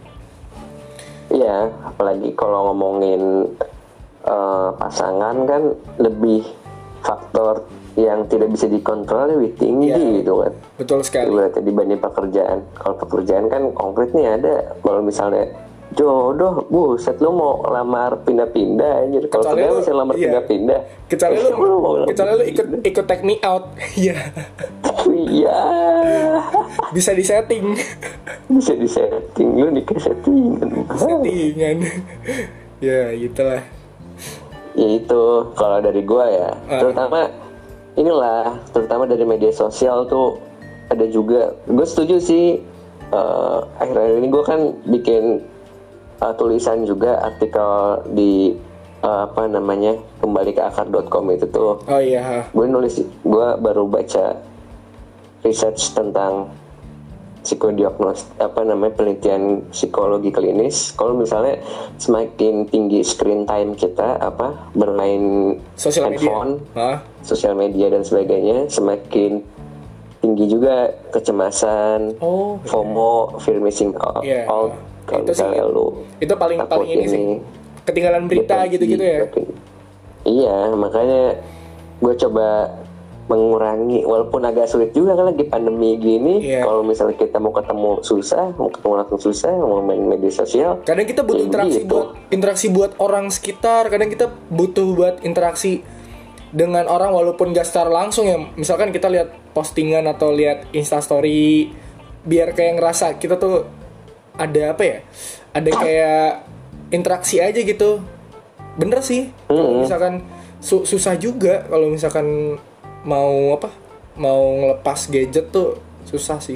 Iya, apalagi kalau ngomongin uh, pasangan kan lebih faktor yang tidak bisa dikontrol lebih tinggi ya, gitu kan. Betul sekali. Berarti dibanding pekerjaan. Kalau pekerjaan kan konkret nih ada. Kalau misalnya jodoh, buset lu mau lamar pindah-pindah anjir. Kalau kerja bisa lamar iya. pindah-pindah. Kecuali lu, lu kecuali lu ikut ikut take me out. Iya. Iya. Bisa disetting. Bisa disetting, lu nikah settingan. Settingan. Ya, gitulah. Ya itu kalau dari gua ya. Ah. Terutama inilah, terutama dari media sosial tuh ada juga. Gue setuju sih. Uh, akhir-akhir ini gue kan bikin uh, tulisan juga artikel di uh, apa namanya kembali ke akar dot com itu tuh. Oh iya. Gue nulis, gue baru baca research tentang psikodiagnos, apa namanya penelitian psikologi klinis. Kalau misalnya semakin tinggi screen time kita, apa bermain sosial handphone, media. sosial media dan sebagainya, semakin tinggi juga kecemasan, oh, FOMO, fear missing out. Yeah. Kalau misalnya lu itu paling paling ini, ini sih ketinggalan berita gitu-gitu ya. Iya, makanya gue coba mengurangi, walaupun agak sulit juga kan lagi pandemi gini. Yeah. Kalau misalnya kita mau ketemu susah, mau ketemu langsung susah, mau main media sosial. Kadang kita butuh interaksi gitu. buat interaksi buat orang sekitar. Kadang kita butuh buat interaksi dengan orang walaupun gak secara langsung ya. Misalkan kita lihat postingan atau lihat instastory, biar kayak ngerasa kita tuh ada apa ya, ada kayak interaksi aja gitu. Bener sih. Mm-hmm. Kalau misalkan su- susah juga kalau misalkan mau apa, mau ngelepas gadget tuh susah sih.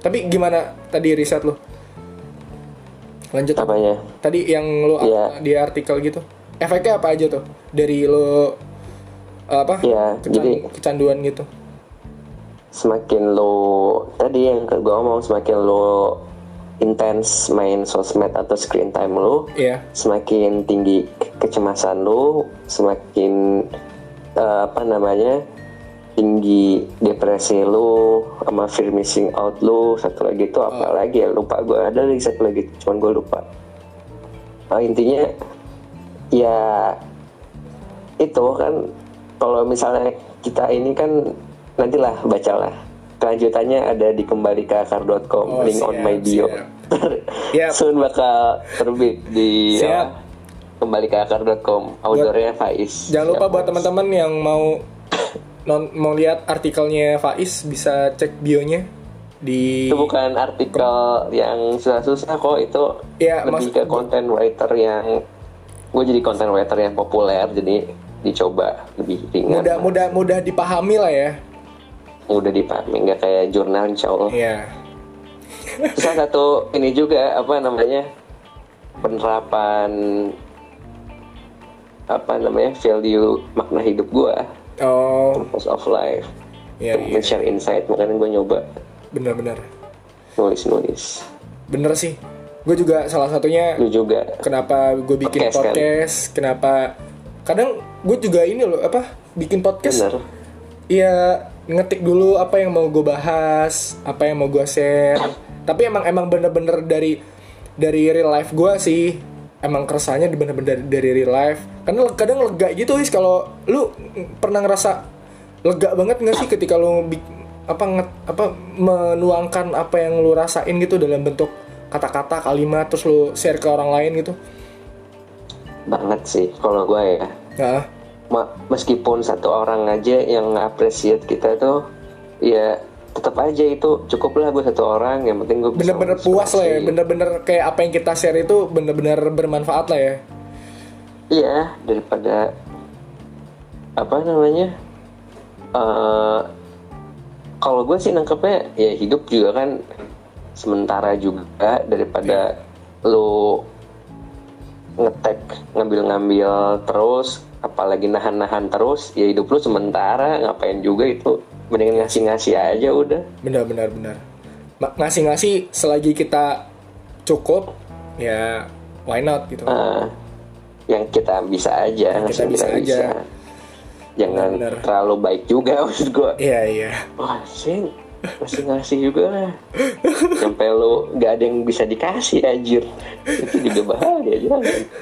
Tapi gimana tadi riset lu? Lanjut apanya? Tadi yang lu yeah. di artikel gitu. Efeknya apa aja tuh dari lu apa? Yeah, kecan- jadi kecanduan gitu. Semakin lo tadi yang gue ngomong, semakin lo intens main sosmed atau screen time lo, yeah. semakin tinggi kecemasan lo, semakin uh, apa namanya tinggi depresi lo, sama fear missing out lo. Satu lagi itu apa oh. lagi ya, lupa gue, ada lagi satu lagi cuman gue lupa. Nah, intinya ya itu kan, kalau misalnya kita ini kan, nantilah bacalah kelanjutannya ada di kembali ke akar dot com, oh, link siap, on my bio. Yep. Soon bakal terbit di ya, kembali ke akar dot com, authornya Faiz. Jangan lupa buat teman-teman yang mau non, mau lihat artikelnya Faiz, bisa cek bionya di. Itu bukan artikel yang susah-susah kok, itu ya, lebih ke content writer yang, gue jadi content writer yang populer, jadi dicoba lebih ringan. Mudah mudah mudah dipahami lah ya. Udah dipahami, nggak kayak jurnal insya Allah. Iya. Salah satu ini juga apa namanya, penerapan apa namanya value makna hidup gue. Oh. Purpose of life. Iya. Yeah, share insight, makanya gue nyoba. Benar-benar. Nulis-nulis. Bener sih. Gue juga salah satunya. Lu juga. Kenapa gue bikin podcast? podcast kan? Kenapa? Kadang gue juga ini loh apa? Bikin podcast. Bener. Iya. Ngetik dulu apa yang mau gue bahas, apa yang mau gue share. Tapi emang emang bener-bener dari dari real life gue sih. Emang keresahannya bener-bener dari, dari real life. Karena kadang lega gitu guys, kalau lu pernah ngerasa lega banget nggak sih ketika lu apa nget, apa menuangkan apa yang lu rasain gitu dalam bentuk kata-kata, kalimat, terus lu share ke orang lain gitu. Banget sih kalau gue ya. Nah. Meskipun satu orang aja yang nge-appreciate kita tuh, ya tetap aja itu cukup lah gue satu orang, yang penting gue bisa bener-bener puas lah ya, bener-bener kayak apa yang kita share itu bener-bener bermanfaat lah ya. Iya, daripada apa namanya, uh, kalau gue sih nangkepnya ya hidup juga kan sementara juga, daripada yeah. lo ngetek ngambil-ngambil terus, apalagi nahan-nahan terus, ya hidup lu sementara, ngapain juga itu, mendingan ngasih-ngasih aja udah. Benar-benar benar. Ngasih-ngasih selagi kita cukup, ya why not gitu. Uh, yang kita bisa aja, yang kita bisa, kita bisa aja. Jangan benar. Terlalu baik juga maksud gue. Iya iya. Wah sih, ngasih-ngasih juga lah. Sampai lu gak ada yang bisa dikasih anjir, itu juga bahaya aja.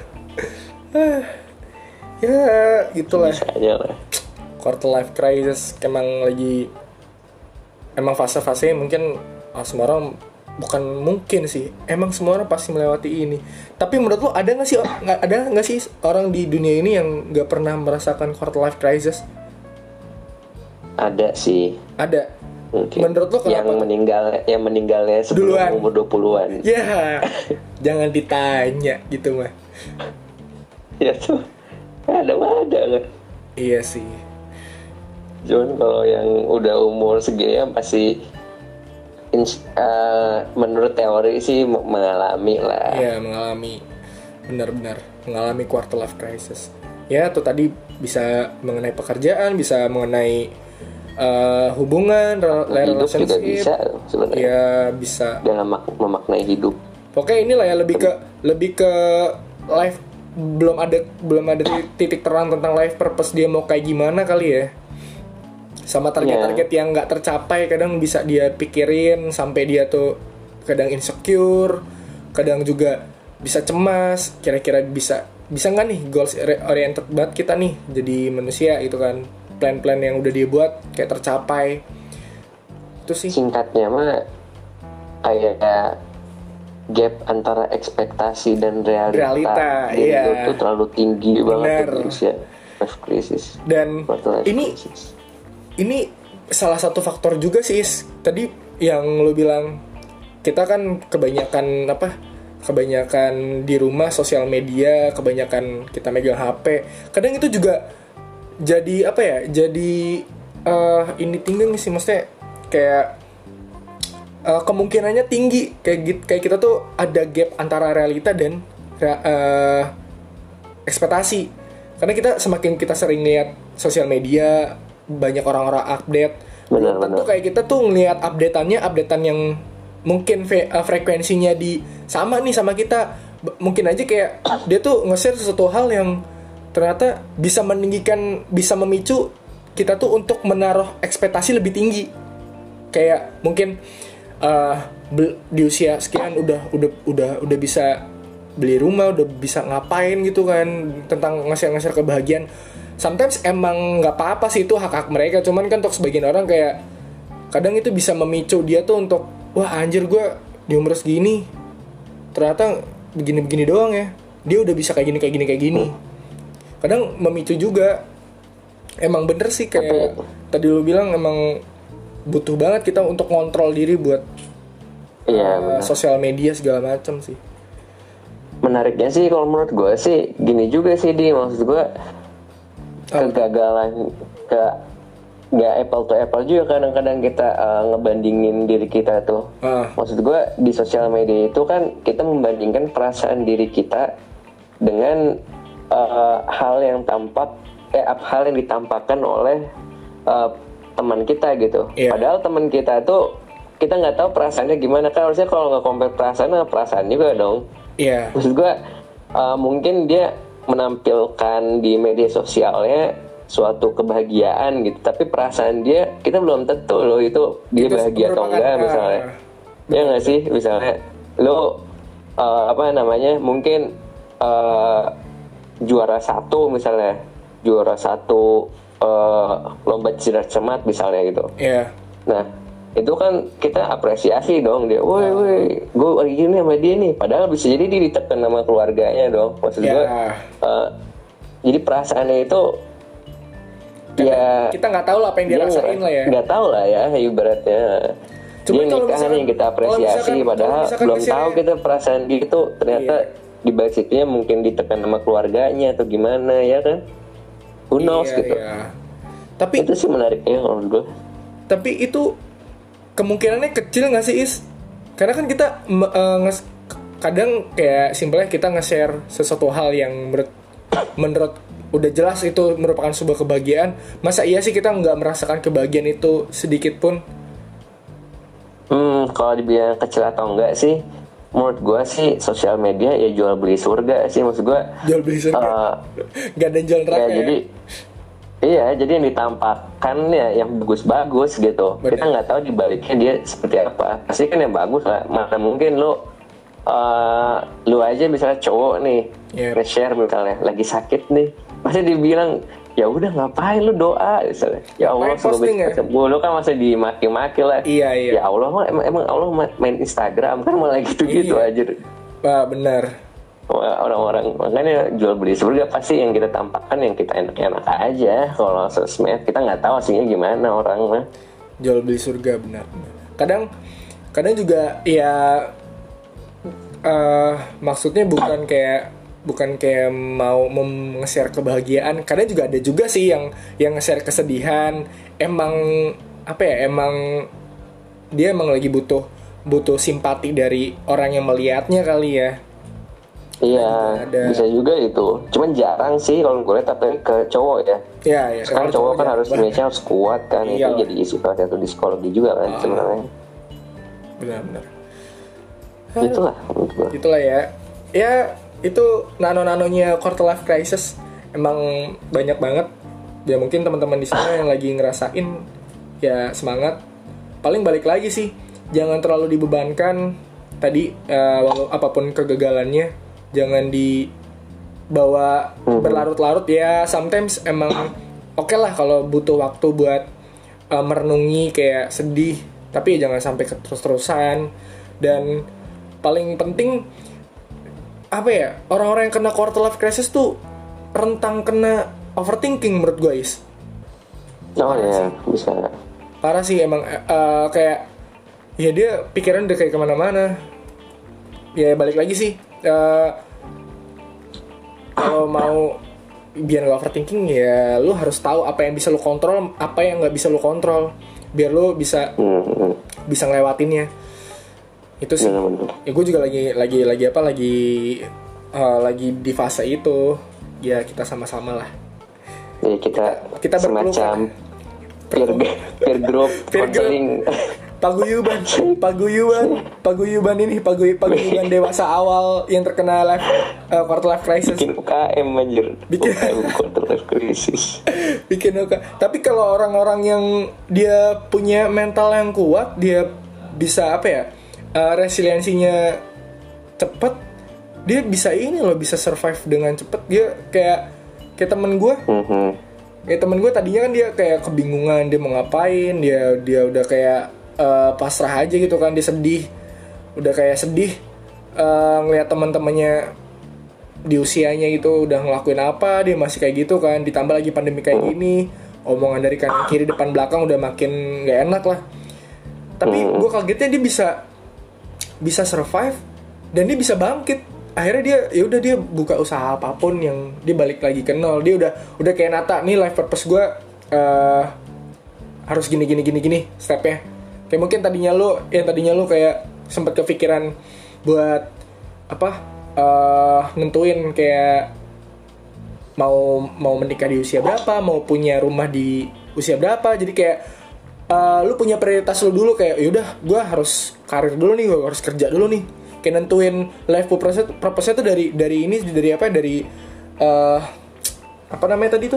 Ya gitulah. Bisa aja lah. Quarter life crisis emang lagi, emang fase-fase mungkin oh, semua orang, bukan mungkin sih, emang semua orang pasti melewati ini. Tapi menurut lo ada nggak sih ada nggak sih orang di dunia ini yang nggak pernah merasakan quarter life crisis? Ada sih. Ada. Mungkin. Menurut lo kenapa? Yang meninggal, yang meninggalnya sebelum duluan. Umur dua puluhan. Ya, jangan ditanya gitu mah. Ya tuh. Ada ada kan? Iya sih. Cuman kalau yang udah umur segini ya pasti ins- uh, menurut teori sih mengalami lah. Iya mengalami, benar-benar mengalami quarter life crisis. Ya tuh tadi bisa mengenai pekerjaan, bisa mengenai uh, hubungan, relationship. Hidup juga bisa sebenarnya. Iya bisa. Dalam mak- memaknai hidup. Pokoknya inilah ya lebih ke lebih ke life. belum ada belum ada titik terang tentang life purpose dia mau kayak gimana kali ya, sama target-target yeah. yang nggak tercapai kadang bisa dia pikirin sampai dia tuh kadang insecure, kadang juga bisa cemas, kira-kira bisa bisa nggak nih goals oriented banget kita nih jadi manusia itu kan, plan-plan yang udah dia buat kayak tercapai itu sih. Singkatnya mah kayak gap antara ekspektasi dan realita, realita iya. itu terlalu tinggi banget di usia life crisis. Dan life ini crisis. Ini salah satu faktor juga sih Is. Tadi yang lo bilang kita kan kebanyakan apa? Kebanyakan di rumah sosial media, kebanyakan kita megang H P. Kadang itu juga jadi apa ya? Jadi uh, ini tinggal sih, maksudnya kayak uh, kemungkinannya tinggi kayak gitu, kayak kita tuh ada gap antara realita dan uh, ekspektasi. Karena kita semakin kita sering lihat sosial media, banyak orang-orang update, benar, tentu benar. kayak kita tuh ngelihat updateannya updatean yang mungkin fe- uh, frekuensinya di sama nih sama kita. B- mungkin aja kayak dia tuh nge-share sesuatu hal yang ternyata bisa meninggikan, bisa memicu kita tuh untuk menaruh ekspektasi lebih tinggi. Kayak mungkin uh, bel- di usia sekian udah udah udah udah bisa beli rumah, udah bisa ngapain gitu kan, tentang nge-share-nge-share kebahagiaan. Sometimes emang nggak apa-apa sih, itu hak-hak mereka. Cuman kan untuk sebagian orang kayak kadang itu bisa memicu dia tuh untuk, wah anjir gue di umur segini ternyata begini-begini doang ya, dia udah bisa kayak gini kayak gini kayak gini. Kadang memicu juga. Emang bener sih kayak tadi lu bilang, emang butuh banget kita untuk kontrol diri buat Iya, uh, sosial media segala macam sih. Menariknya sih kalau menurut gue sih gini juga sih, di maksud gue kegagalan ke nggak apple to apple juga kadang-kadang kita uh, ngebandingin diri kita tuh. Uh. Maksud gue di sosial media itu kan kita membandingkan perasaan diri kita dengan uh, hal yang tampak eh hal yang ditampakkan oleh uh, teman kita gitu. Yeah. Padahal teman kita tuh kita nggak tahu perasaannya gimana kan, harusnya kalau nggak compare perasaan nah perasaan juga dong. Iya. Yeah. Maksud gue uh, mungkin dia menampilkan di media sosialnya suatu kebahagiaan gitu, tapi perasaan dia kita belum tentu loh itu dia itu bahagia atau enggak misalnya. Ya nggak sih, misalnya lo uh, apa namanya mungkin uh, juara satu misalnya juara satu uh, lomba cermat misalnya gitu. Iya. Yeah. Nah itu kan kita apresiasi dong dia, woi woi gue lagi gini sama dia nih, padahal bisa jadi dia ditekan sama keluarganya dong, maksud yeah. gue uh, jadi perasaannya itu karena ya kita nggak tahu lah apa yang dia, dia rasain lah ya, nggak tahu lah ya ibaratnya. Cuma dia nikahan yang kita apresiasi misalkan, padahal belum tahu kita perasaan dia itu ternyata iya. di balik situnya mungkin ditekan sama keluarganya atau gimana ya kan, who knows iya, gitu iya. Tapi itu sih menariknya menurut gue. Tapi itu kemungkinannya kecil nggak sih Is? Karena kan kita uh, nges- kadang kayak simpelnya kita nge-share sesuatu hal yang menurut menurut udah jelas itu merupakan sebuah kebahagiaan. Masa iya sih kita nggak merasakan kebahagiaan itu sedikit pun? Hmm, kalau dibilang kecil atau enggak sih, menurut gue sih sosial media ya jual beli surga sih, maksud gue. Jual beli surga. Uh, gak ada jual neraka ya. Ya jadi, iya, jadi yang ditampakkan ya yang bagus-bagus gitu. Bener. Kita nggak tahu dibaliknya dia seperti apa. Pasti kan yang bagus lah. Mana mungkin lo, uh, lu aja misalnya cowok nih, yep. nge-share misalnya lagi sakit nih, pasti dibilang ya udah ngapain lu doa misalnya, ya Allah semoga cepat sembuh. Lu kan masih dimaki-maki lah. Iya iya. Ya Allah mah emang, emang Allah main Instagram kan malah gitu-gitu iya. aja. Pak benar. Orang-orang makanya jual beli surga pasti yang kita tampakkan yang kita enak-enak aja. Kalau sosmed kita nggak tahu aslinya gimana orang mah. Jual beli surga benar. Kadang kadang juga ya uh, maksudnya bukan kayak bukan kayak mau nge-share kebahagiaan. Kadang juga ada juga sih yang yang nge-share kesedihan. Emang apa ya? Emang dia emang lagi butuh butuh simpati dari orang yang melihatnya kali ya. Iya, ada. Bisa juga itu. Cuman jarang sih kalau gue lihat, tapi ke cowok ya. Iya, iya. Sekarang cowok kan harus image-nya harus kuat kan. Iya. Itu jadi isu salah satu di psikologi juga kan oh. sebenarnya. Benar-benar. Itulah. Itulah ya. Ya itu nano-nanonya quarter life crisis emang banyak banget. Ya mungkin teman-teman di sana yang lagi ngerasain ya semangat. Paling balik lagi sih, jangan terlalu dibebankan tadi uh, walau apapun kegagalannya. Jangan dibawa berlarut-larut ya. Sometimes emang oke okay lah kalau butuh waktu buat uh, merenungi kayak sedih, tapi jangan sampai terus-terusan. Dan paling penting apa ya, orang-orang yang kena quarter life crisis tuh rentang kena overthinking menurut gue Is. Oh ya bisa. Parah sih emang uh, kayak ya dia pikiran udah kayak kemana-mana. Ya balik lagi sih. Uh, kalau mau biar gak overthinking ya lu harus tahu apa yang bisa lu kontrol, apa yang nggak bisa lu kontrol, biar lu bisa mm-hmm. bisa ngelewatinnya. Itu sih. Bener-bener. Ya gue juga lagi lagi lagi apa lagi uh, lagi di fase itu. Ya kita sama-sama lah. Ya kita kita semacam peer peer group counseling. Paguyuban, paguyuban, paguyuban ini paguy paguyuban dewasa awal yang terkena life uh, quarter life crisis. Bikin U K M anjir. Bikin U K M quarter life crisis. Bikin U K M. Tapi kalau orang-orang yang dia punya mental yang kuat, dia bisa apa ya? Uh, resiliensinya cepet, dia bisa ini loh, bisa survive dengan cepet. Dia kayak kayak temen gue. Mm-hmm. Kayak temen gue tadinya kan dia kayak kebingungan dia mau ngapain, dia dia udah kayak Uh, pasrah aja gitu kan, dia sedih, udah kayak sedih uh, ngelihat teman-temannya di usianya itu udah ngelakuin apa, dia masih kayak gitu kan, ditambah lagi pandemi kayak gini, omongan dari kanan kiri depan belakang udah makin nggak enak lah. Tapi gue kagetnya dia bisa bisa survive dan dia bisa bangkit. Akhirnya dia ya udah dia buka usaha apapun yang dia balik lagi ke nol. Dia udah udah kayak nata nih life purpose gue uh, harus gini gini gini gini stepnya. Kayak mungkin tadinya lu, yang tadinya lu kayak sempat kepikiran buat apa, uh, nentuin kayak mau mau menikah di usia berapa, mau punya rumah di usia berapa. Jadi kayak uh, lu punya prioritas lu dulu, kayak yaudah gue harus karir dulu nih, gue harus kerja dulu nih. Kayak nentuin life purpose purpose itu dari dari ini dari apa dari uh, apa namanya tadi tuh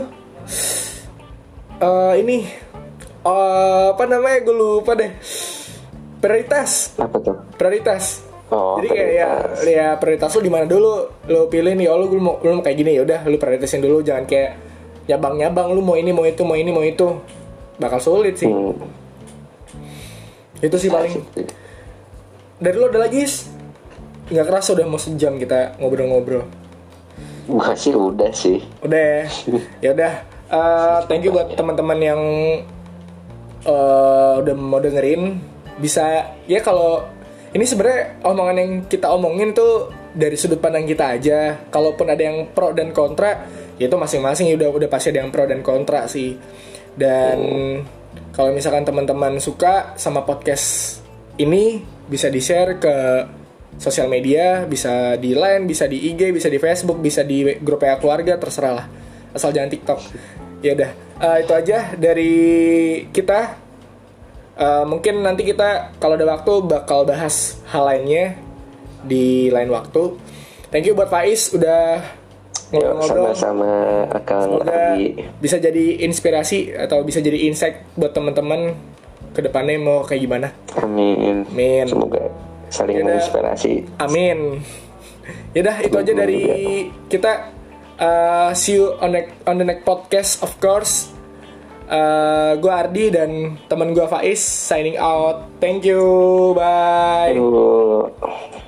uh, ini. Uh, apa namanya gue lupa deh, prioritas apa tuh prioritas oh, jadi kayak ya, ya prioritas lu di mana dulu lu pilih nih. Oh lu mau lu mau kayak gini, ya udah lu prioritasin dulu, jangan kayak nyabang nyabang lu mau ini mau itu mau ini mau itu, bakal sulit sih. hmm. Itu sih paling. Dari lu ada lagi? Nggak kerasa udah mau sejam kita ngobrol-ngobrol. Wah sih udah sih udah ya udah uh, thank you buat teman-teman yang Uh, udah mau dengerin. Bisa ya, kalau ini sebenarnya omongan yang kita omongin tuh dari sudut pandang kita aja. Kalaupun ada yang pro dan kontra, ya itu masing-masing, ya udah udah pasti ada yang pro dan kontra sih. Dan hmm. kalau misalkan teman-teman suka sama podcast ini, bisa di-share ke sosial media, bisa di Line, bisa di I G, bisa di Facebook, bisa di grup W A keluarga, terserah lah, asal jangan TikTok. Ya udah, uh, itu aja dari kita. Uh, mungkin nanti kita kalau ada waktu bakal bahas hal lainnya di lain waktu. Thank you buat Faiz udah ngobrol-ngobrol. Sama-sama Akang Ardi. Bisa jadi inspirasi atau bisa jadi insight buat teman-teman ke depannya mau kayak gimana. Amin. Amin. Semoga saling menginspirasi. Amin. Yaudah, itu aja dari kita. Uh, see you on the, on the next podcast, of course. Uh, gue Ardi dan teman gue Faiz signing out. Thank you, bye. Halo.